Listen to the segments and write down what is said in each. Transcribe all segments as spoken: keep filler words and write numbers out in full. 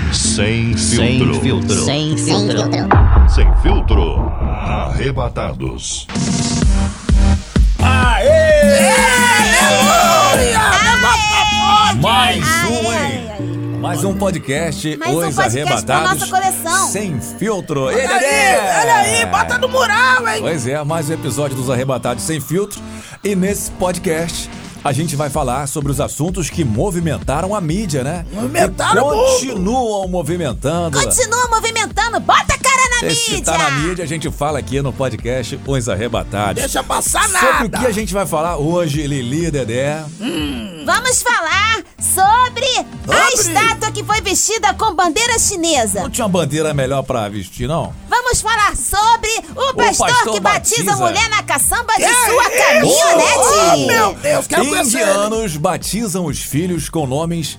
Sem filtro. Sem filtro. Sem filtro. Sem filtro. Arrebatados. Aê! Mais um, hein? Mais um podcast, Mais um Os podcast Arrebatados. pra nossa coleção. Sem filtro. Olha Ele aí, é. olha aí, bota no mural, hein? Pois é, mais um episódio dos Arrebatados Sem Filtro. E nesse podcast a gente vai falar sobre os assuntos que movimentaram a mídia, né? Movimentaram o e mundo. continuam movimentando. Continua movimentando, bota a cara na Esse mídia. tá na mídia, a gente fala aqui no podcast Os Arrebatados. Deixa passar nada. Sobre o que a gente vai falar hoje, Lili e Dedé? Vamos falar sobre, a Sobre. estátua que foi vestida com bandeira chinesa. Não tinha uma bandeira melhor pra vestir, não? Vamos falar sobre o pastor, pastor que batiza, batiza. mulher na caçamba de Que sua isso? caminhonete. Oh, meu Deus, quero conhecer. Indianos batizam os filhos com nomes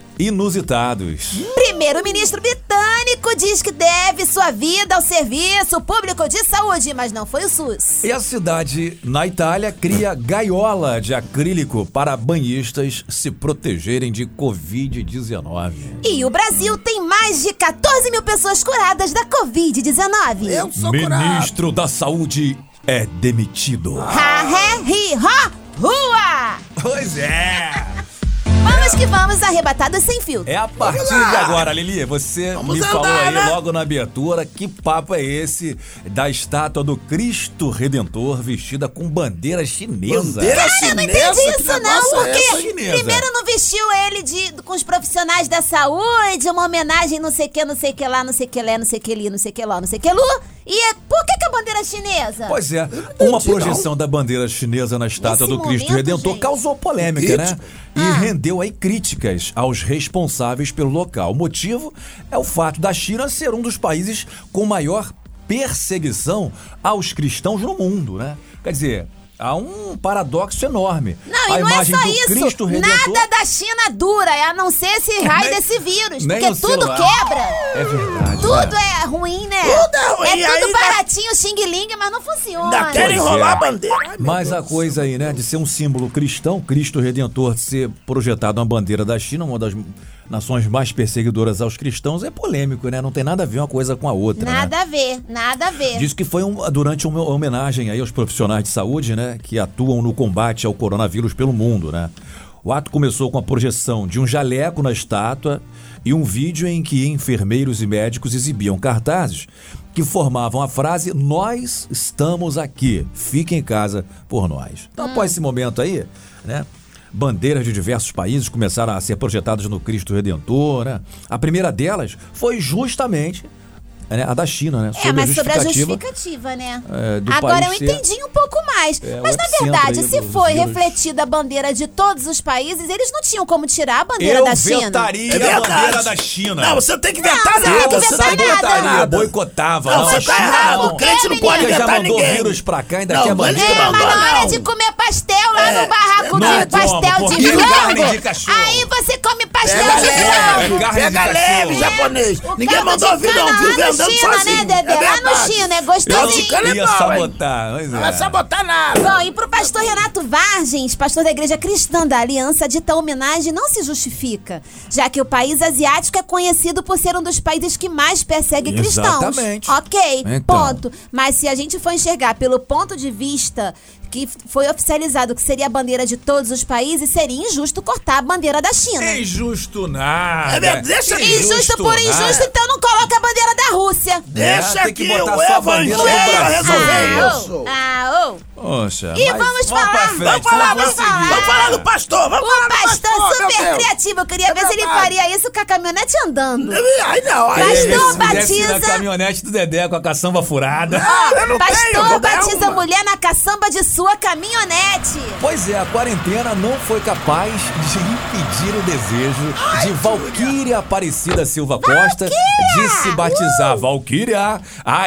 inusitados. Primeiro-ministro britânico diz que deve sua vida ao serviço público de saúde, mas não foi o SUS. E a cidade na Itália cria gaiola de acrílico para banhistas se protegerem de covid dezenove. E o Brasil tem mais de catorze mil pessoas curadas da covid dezenove. Eu sou curado. Ministro da Saúde é demitido. Ha, he, hi, ho, rua! Pois é! Vamos que vamos, arrebatados sem filtro. É a partir lá. de agora, Lili, você Vamos me andar, falou aí né? logo na abertura que papo é esse da estátua do Cristo Redentor vestida com bandeira chinesa. Bandeira Cara, eu não chinesa? entendi Que isso não, negócio é essa, porque chinesa? primeiro não vestiu ele de, com os profissionais da saúde, uma homenagem não sei que, não sei que lá, não sei que lá, não sei que ali, não sei que lá, não sei que lu. E é, por que que a bandeira chinesa? Pois é, entendi, uma projeção da bandeira chinesa na estátua Nesse do Cristo momento, Redentor gente. causou polêmica, né? Crítica. E Ah. rendeu aí críticas aos responsáveis pelo local. O motivo é o fato da China ser um dos países com maior perseguição aos cristãos no mundo, né? Quer dizer, há um paradoxo enorme. Não, a e não é imagem só do isso. Cristo Redentor... Nada da China dura, a não ser esse raio nem- desse vírus. nem Porque o tudo celular. quebra. É verdade. Tudo né? é ruim, né? Tudo é ruim, É tudo aí baratinho, xing-ling, mas não funciona. Ainda querem Pois enrolar é. a bandeira. Ai, meu Mas Deus a do coisa aí, né, de ser um símbolo cristão, Cristo Redentor, de ser projetado uma bandeira da China, uma das nações mais perseguidoras aos cristãos, é polêmico, né? Não tem nada a ver uma coisa com a outra, né? Nada a ver, nada a ver. Diz que foi um- durante uma homenagem aí aos profissionais de saúde, né, que atuam no combate ao coronavírus pelo mundo, né? O ato começou com a projeção de um jaleco na estátua e um vídeo em que enfermeiros e médicos exibiam cartazes que formavam a frase "Nós estamos aqui, fique em casa por nós". Então, após esse momento aí, né, bandeiras de diversos países começaram a ser projetadas no Cristo Redentor, né? A primeira delas foi justamente, né, a da China, né? É, mas sobre a justificativa justificativa, né? É, do Agora eu país ser- entendi um pouco mais. É, o mas na epicentro verdade, aí se dos foi vírus. refletida a bandeira de todos os países, eles não tinham como tirar a bandeira Eu da China. vetaria É a verdade. bandeira da China. Não, você tem que Não, vetar você tem nada. que Você vetar tem que nada. vetar nada. boicotava. Não, Não, você a tá China errado. não. O crente não Porque pode já vetar mandou ninguém. vírus pra cá, ainda Não, quer mas bandeira. ninguém É, mas mandou, na hora não. de comer pastel lá É, no barraco não de é como, pastel de porque frango, carne de cachorro. aí você come pastel Pega de leve, frango. carne de pega cachorro. leve, japonês. O Ninguém caldo mandou de vir, não, cana viu? lá no Andando China, sozinho. né, Dedé? É Lá no verdade. China, é Eu gostosinho. fico Ia legal, hein? sabotar. Pois Não vai é. sabotar nada. Bom, e pro pastor Renato Vargens, pastor da Igreja Cristã da Aliança, dita homenagem não se justifica, já que o país asiático é conhecido por ser um dos países que mais persegue cristãos. Exatamente. Ok, Então. ponto. Mas se a gente for enxergar pelo ponto de vista que foi oficializado que seria a bandeira de todos os países, seria injusto cortar a bandeira da China. Injusto nada. É verdade, deixa- Injusto por injusto, então não coloca a bandeira da Rússia. Deixa tem que que botar o só a bandeira do evangelho Brasil. resolver Ah, isso. ô, ah, ô. Poxa, E mas vamos pra falar- frente, Vamos falar, vamos vamos seguir. falar, vamos falar do pastor, vamos falar O do pastor pastor, meu super Deus. criativo. Eu queria É ver se ele verdade. faria isso com a caminhonete andando. Ai, não, aí... Pastor Se fizesse batiza- na caminhonete do Dedé com a caçamba furada. Ah, eu não tenho, Pastor vou dar batiza uma. mulher na caçamba de sua caminhonete. Pois é, a quarentena não foi capaz de impedir o desejo de Valquíria Aparecida Silva Costa de se batizar. Valquíria!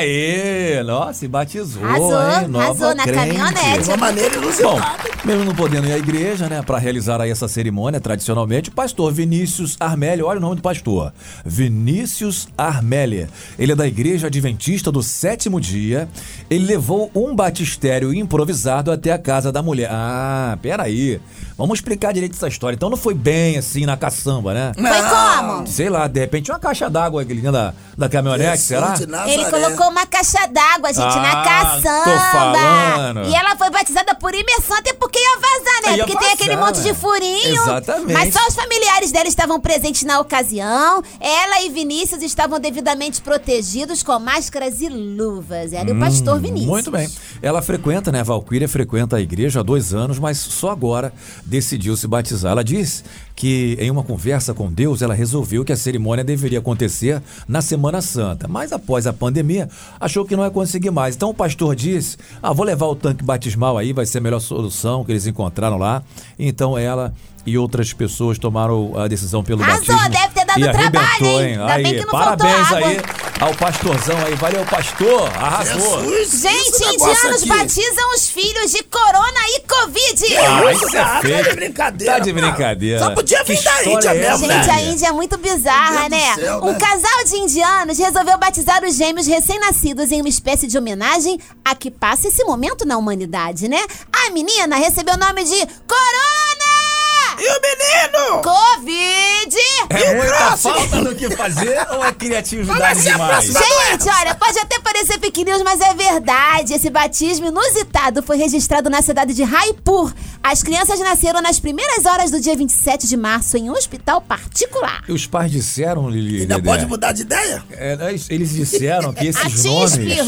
Aê! Nossa, se batizou, Arrasou, hein? Nova arrasou na crente. caminhonete. De uma maneira Bom, inusitada. mesmo não podendo ir à igreja, né, para realizar aí essa cerimônia, tradicionalmente, o pastor Vinícius Armélia, olha o nome do pastor, Vinícius Armélia, ele é da Igreja Adventista do Sétimo Dia, ele levou um batistério improvisado até a casa da mulher. Ah, peraí, vamos explicar direito essa história. Então não foi bem trem, assim, na caçamba, né? Foi como? Sei lá, de repente uma caixa d'água ali dentro da, da caminhonete, será? Jesus de Nazaré. Ele colocou uma caixa d'água, gente, Ah, na caçamba. tô falando. E ela foi batizada por imersão, até porque ia vazar, né? Ia porque tem vazar, aquele monte de né? furinho. Exatamente. Mas só os familiares dela estavam presentes na ocasião. Ela e Vinícius estavam devidamente protegidos com máscaras e luvas. Ela e o pastor Vinícius. Muito bem. Ela frequenta, né? A Valquíria frequenta a igreja há dois anos, mas só agora decidiu se batizar. Ela diz que em uma conversa com Deus, ela resolveu que a cerimônia deveria acontecer na Semana Santa. Mas após a pandemia, achou que não ia conseguir mais. Então o pastor disse, ah, vou levar o tanque batismal aí, vai ser a melhor solução que eles encontraram lá. Então ela e outras pessoas tomaram a decisão pelo Arrasou, batismo. deve ter dado e trabalho, arrebentou, hein? Ainda Aí, bem que não parabéns faltou água. aí ao pastorzão aí. Valeu, pastor. Arrasou. Jesus, Gente, esse negócio indianos aqui. batizam os filhos de corona e covid. Ah, Isso, isso é cara, fake. tá de brincadeira. Tá de cara. brincadeira. Só podia vir Que da história Índia é mesmo, essa? né? Gente, a Índia é muito bizarra, Meu Deus né? do céu, Um né? casal de indianos resolveu batizar os gêmeos recém-nascidos em uma espécie de homenagem a que passa esse momento na humanidade, né? A menina recebeu o nome de Corona! E o menino? Covid! É muita próximo? falta do que fazer ou é criatividade Vai ser a demais? próxima. Gente, olha, pode até parecer fake news, mas é verdade. Esse batismo inusitado foi registrado na cidade de Raipur. As crianças nasceram nas primeiras horas do dia vinte e sete de março em um hospital particular. E os pais disseram, Lili, Ainda Dedé, pode mudar de ideia? é, eles disseram que esses Atim nomes, espirro.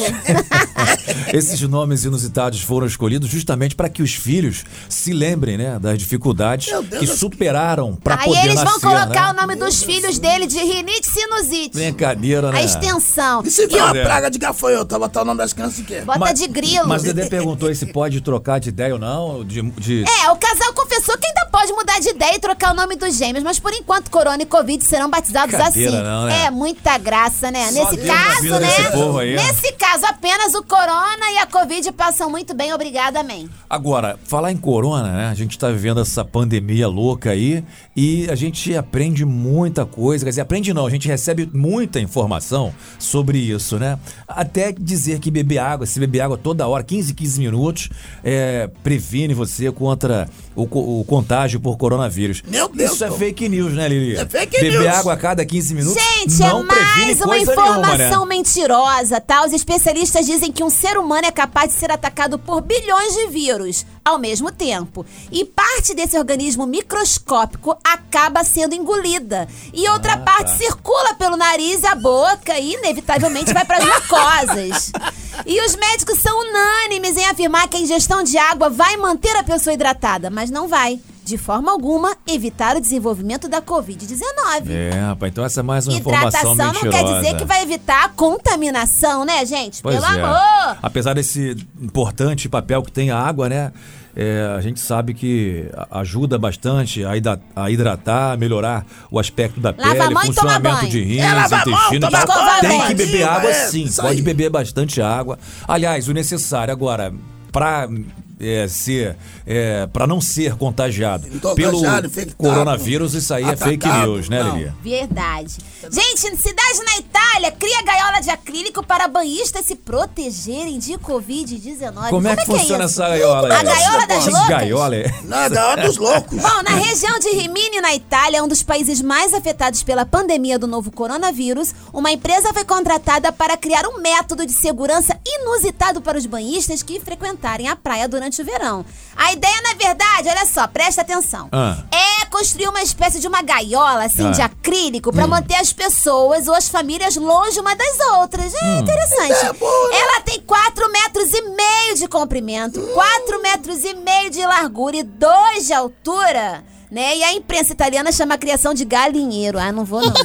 esses nomes inusitados foram escolhidos justamente para que os filhos se lembrem, né, das dificuldades Meu Deus, que eu- superaram para Aí poder eles vão nascer, colocar né? o nome dos filhos dele de rinite sinusite. Brincadeira, né? A extensão. E se E for uma É. praga de gafanhoto, vai botar o nome das crianças o quê? bota de grilo. Mas o Dedé perguntou aí se pode trocar de ideia ou não, de... de... É, o casal confessou que ainda pode mudar de ideia e trocar o nome dos gêmeos, mas por enquanto Corona e Covid serão batizados Brincadeira, assim. não, né? É muita graça, né? Só Nesse Deus na caso, vida né? desse povo aí, ó. Nesse caso, apenas o Corona e a Covid passam muito bem, obrigada, amém. Agora, falar em corona, né? A gente tá vivendo essa pandemia louca aí e a gente aprende muita coisa. Quer dizer, aprende não, a gente recebe muita informação sobre isso, né? Até dizer que beber água, se beber água toda hora, quinze, quinze minutos, é, previne você contra o, co- o contágio por coronavírus. Meu Deus, Isso é pô. fake news, né, Lili? É fake beber news. água a cada quinze minutos Gente, não é previne mais uma coisa informação nenhuma, né? mentirosa, tá? Os especialistas dizem que um ser humano é capaz de ser atacado por bilhões de vírus ao mesmo tempo. E parte desse organismo microscópico acaba sendo engolida. E outra Ah, parte tá. circula pelo nariz e a boca e, inevitavelmente, vai para as mucosas. E os médicos são unânimes em afirmar que a ingestão de água vai manter a pessoa hidratada, mas não vai, de forma alguma, evitar o desenvolvimento da covid dezenove. É, rapaz, então essa é mais uma informação Hidratação não mentirosa. quer dizer que vai evitar a contaminação, né, gente? Pois Pelo é. amor! Apesar desse importante papel que tem a água, né? É, a gente sabe que a- ajuda bastante a, hida- a hidratar, a melhorar o aspecto da Lava a pele, mão e toma funcionamento banho. de rins, É, lava a mão, intestino e toma tal. banho, Tem banho. que beber água É, sim, isso pode aí. beber bastante água. Aliás, o necessário agora, para é, ser, é, para não ser contagiado Contagiado, pelo infectado, coronavírus, isso aí é fake atacado, news, né, não. Lili? Verdade. Gente, cidade na Itália cria gaiola de acrílico para banhistas se protegerem de covid dezenove. Como é que funciona isso? essa gaiola aí? A gaiola das Que loucas? gaiola é? Não, é da hora dos loucos. Bom, na região de Rimini, na Itália, um dos países mais afetados pela pandemia do novo coronavírus, uma empresa foi contratada para criar um método de segurança inusitado para os banhistas que frequentarem a praia durante o verão. A ideia, na verdade, olha só, presta atenção, Ah. é construir uma espécie de uma gaiola, assim, Ah. de acrílico, para manter as pessoas ou as famílias longe uma das outras. É interessante. É boa, né? Ela tem quatro metros e meio de comprimento, quatro metros e meio de largura e dois de altura, né? E a imprensa italiana chama a criação de galinheiro. Ah, não vou não.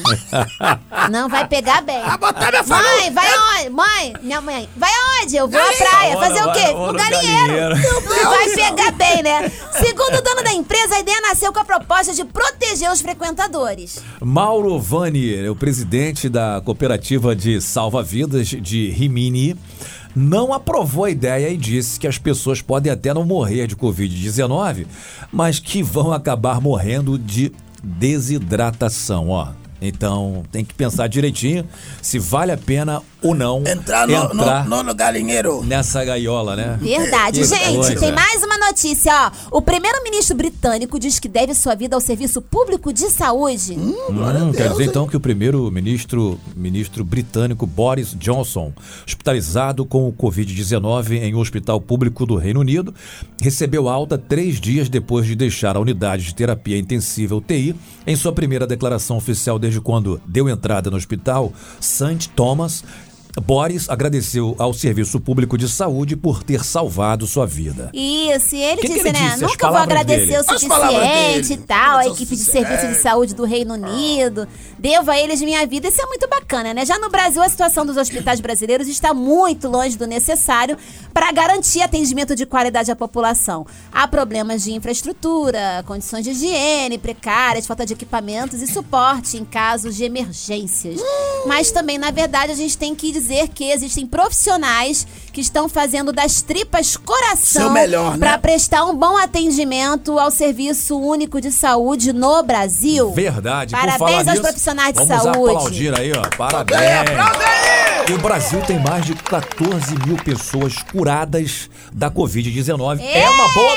Não vai pegar bem. Ah, botar minha família. Mãe, vai aonde? Mãe, minha mãe, vai aonde? Eu vou à praia. Bora, Fazer o quê? bora, bora O no galinheiro. galinheiro. Não vai pegar bem, né? Segundo o dono da empresa, a ideia nasceu com a proposta de proteger os frequentadores. Mauro Vani, o presidente da cooperativa de salva-vidas de Rimini, não aprovou a ideia e disse que as pessoas podem até não morrer de covid dezenove, mas que vão acabar morrendo de desidratação, ó. Então, tem que pensar direitinho se vale a pena ou não Entrar no, entrar no, no galinheiro. nessa gaiola, né? Verdade. Que Gente, coisa. tem mais uma notícia, ó. O primeiro-ministro britânico diz que deve sua vida ao serviço público de saúde. Hum, glória a Hum, Deus, quer dizer hein? então que o primeiro-ministro ministro britânico Boris Johnson, hospitalizado com o covid dezenove em um hospital público do Reino Unido, recebeu alta três dias depois de deixar a unidade de terapia intensiva U T I. Em sua primeira declaração oficial desde quando deu entrada no hospital Saint Thomas, Boris agradeceu ao Serviço Público de Saúde por ter salvado sua vida. Isso, e ele Que que disse, ele né? disse? As Nunca vou palavras agradecer dele. o As palavras suficiente dele. e tal, a As equipe de suficiente. serviço de saúde do Reino Unido. Devo a eles minha vida. Isso é muito bacana, né? Já no Brasil, a situação dos hospitais brasileiros está muito longe do necessário para garantir atendimento de qualidade à população. Há problemas de infraestrutura, condições de higiene precárias, falta de equipamentos e suporte em casos de emergências. Mas também, na verdade, a gente tem que dizer que existem profissionais que estão fazendo das tripas coração Seu melhor, né? para prestar um bom atendimento ao Serviço Único de Saúde no Brasil. Verdade. Parabéns por falar aos nisso, profissionais de vamos saúde. aplaudir aí, ó. Parabéns. É, aplauda aí! E o Brasil tem mais de quatorze mil pessoas curadas da covid dezenove. É uma boa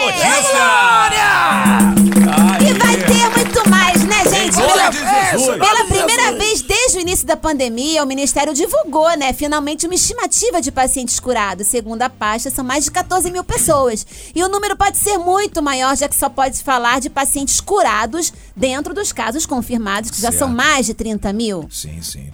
notícia! E vai ter muito mais, né, gente? nome Pela, de Jesus. pela primeira vez desde o início da pandemia, o Ministério divulgou, né, finalmente uma estimativa de pacientes curados. Segundo a pasta, são mais de quatorze mil pessoas. E o número pode ser muito maior, já que só pode se falar de pacientes curados dentro dos casos confirmados, que já Certo. são mais de trinta mil. Sim, sim.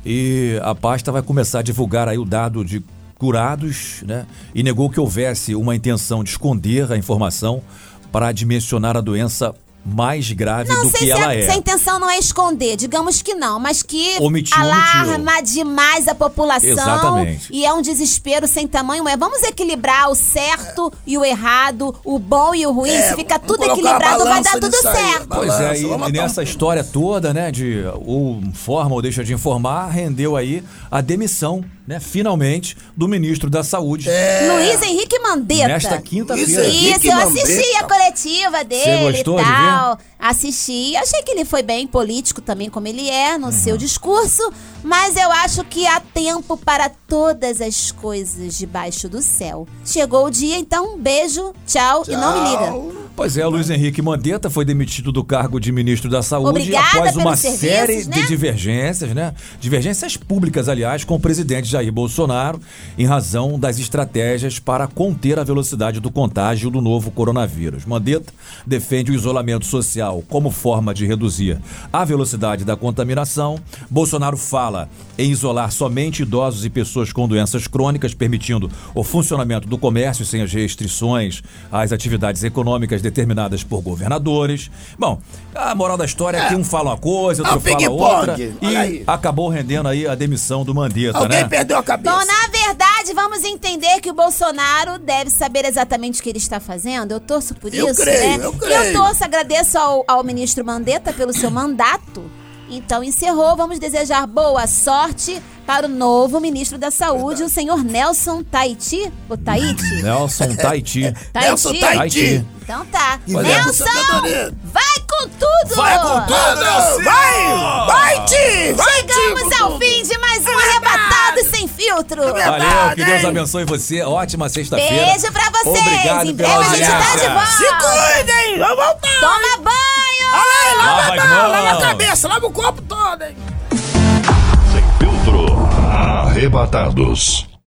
E a pasta vai começar a divulgar aí o dado de curados, né? E negou que houvesse uma intenção de esconder a informação para dimensionar a doença mais grave Não do sei que se ela a, é. se a intenção não é esconder, digamos que não, mas que Omitiu, alarma omitiu. demais a população. Exatamente. E é um desespero sem tamanho. É, vamos equilibrar o certo e o errado, o bom e o ruim. É, se fica vamos tudo colocar equilibrado, uma vai dar balança tudo nisso aí. certo. Pois é, Balança, e, vamos e botar nessa um- história toda, né, de ou informa ou deixa de informar, rendeu aí a demissão, né, finalmente, do ministro da Saúde. Luiz Henrique Mandetta. Nesta quinta-feira. Isso aí. Isso, eu assisti a coletiva dele gostou e de tal. Assisti. Achei que ele foi bem político também, como ele é, no seu discurso. Mas eu acho que há tempo para todas as coisas debaixo do céu. Chegou o dia, então um beijo, tchau, e não me liga. Pois é, Luiz Henrique Mandetta foi demitido do cargo de ministro da Saúde Obrigada após uma pelos serviços, série né? de divergências, né? Divergências públicas, aliás, com o presidente Jair Bolsonaro, em razão das estratégias para conter a velocidade do contágio do novo coronavírus. Mandetta defende o isolamento social como forma de reduzir a velocidade da contaminação. Bolsonaro fala em isolar somente idosos e pessoas com doenças crônicas, permitindo o funcionamento do comércio sem as restrições às atividades econômicas determinadas por governadores. Bom, a moral da história é que um fala uma coisa, outro É um fala ping-pong, outra, olha e aí. acabou rendendo aí a demissão do Mandetta, Alguém né? perdeu a cabeça. Bom, na verdade, vamos entender que o Bolsonaro deve saber exatamente o que ele está fazendo. Eu torço por Eu isso, creio, né? eu E creio. eu torço, agradeço ao, ao ministro Mandetta pelo seu mandato. Então, encerrou. Vamos desejar boa sorte para o novo ministro da Saúde, o senhor Nelson Taiti. O Taiti? Nelson Taiti. Nelson Taiti. Então tá. Pois é. Nelson, Santander. vai com tudo! Vai com tudo! Vai! Vai, Ti! Vai, Ti! Chegamos com ao tudo. fim de mais um Arrebatado Sem Filtro. Valeu, que Deus hein? abençoe você. Ótima sexta-feira. Beijo pra vocês. Obrigado Em pela breve a gente tá de audiência. volta. Se cuidem! Vamos voltar! Toma banho! Olha aí, lava Lava a as mão, lava a mãos. cabeça, lava o corpo todo, hein? Sem filtro. Arrebatados.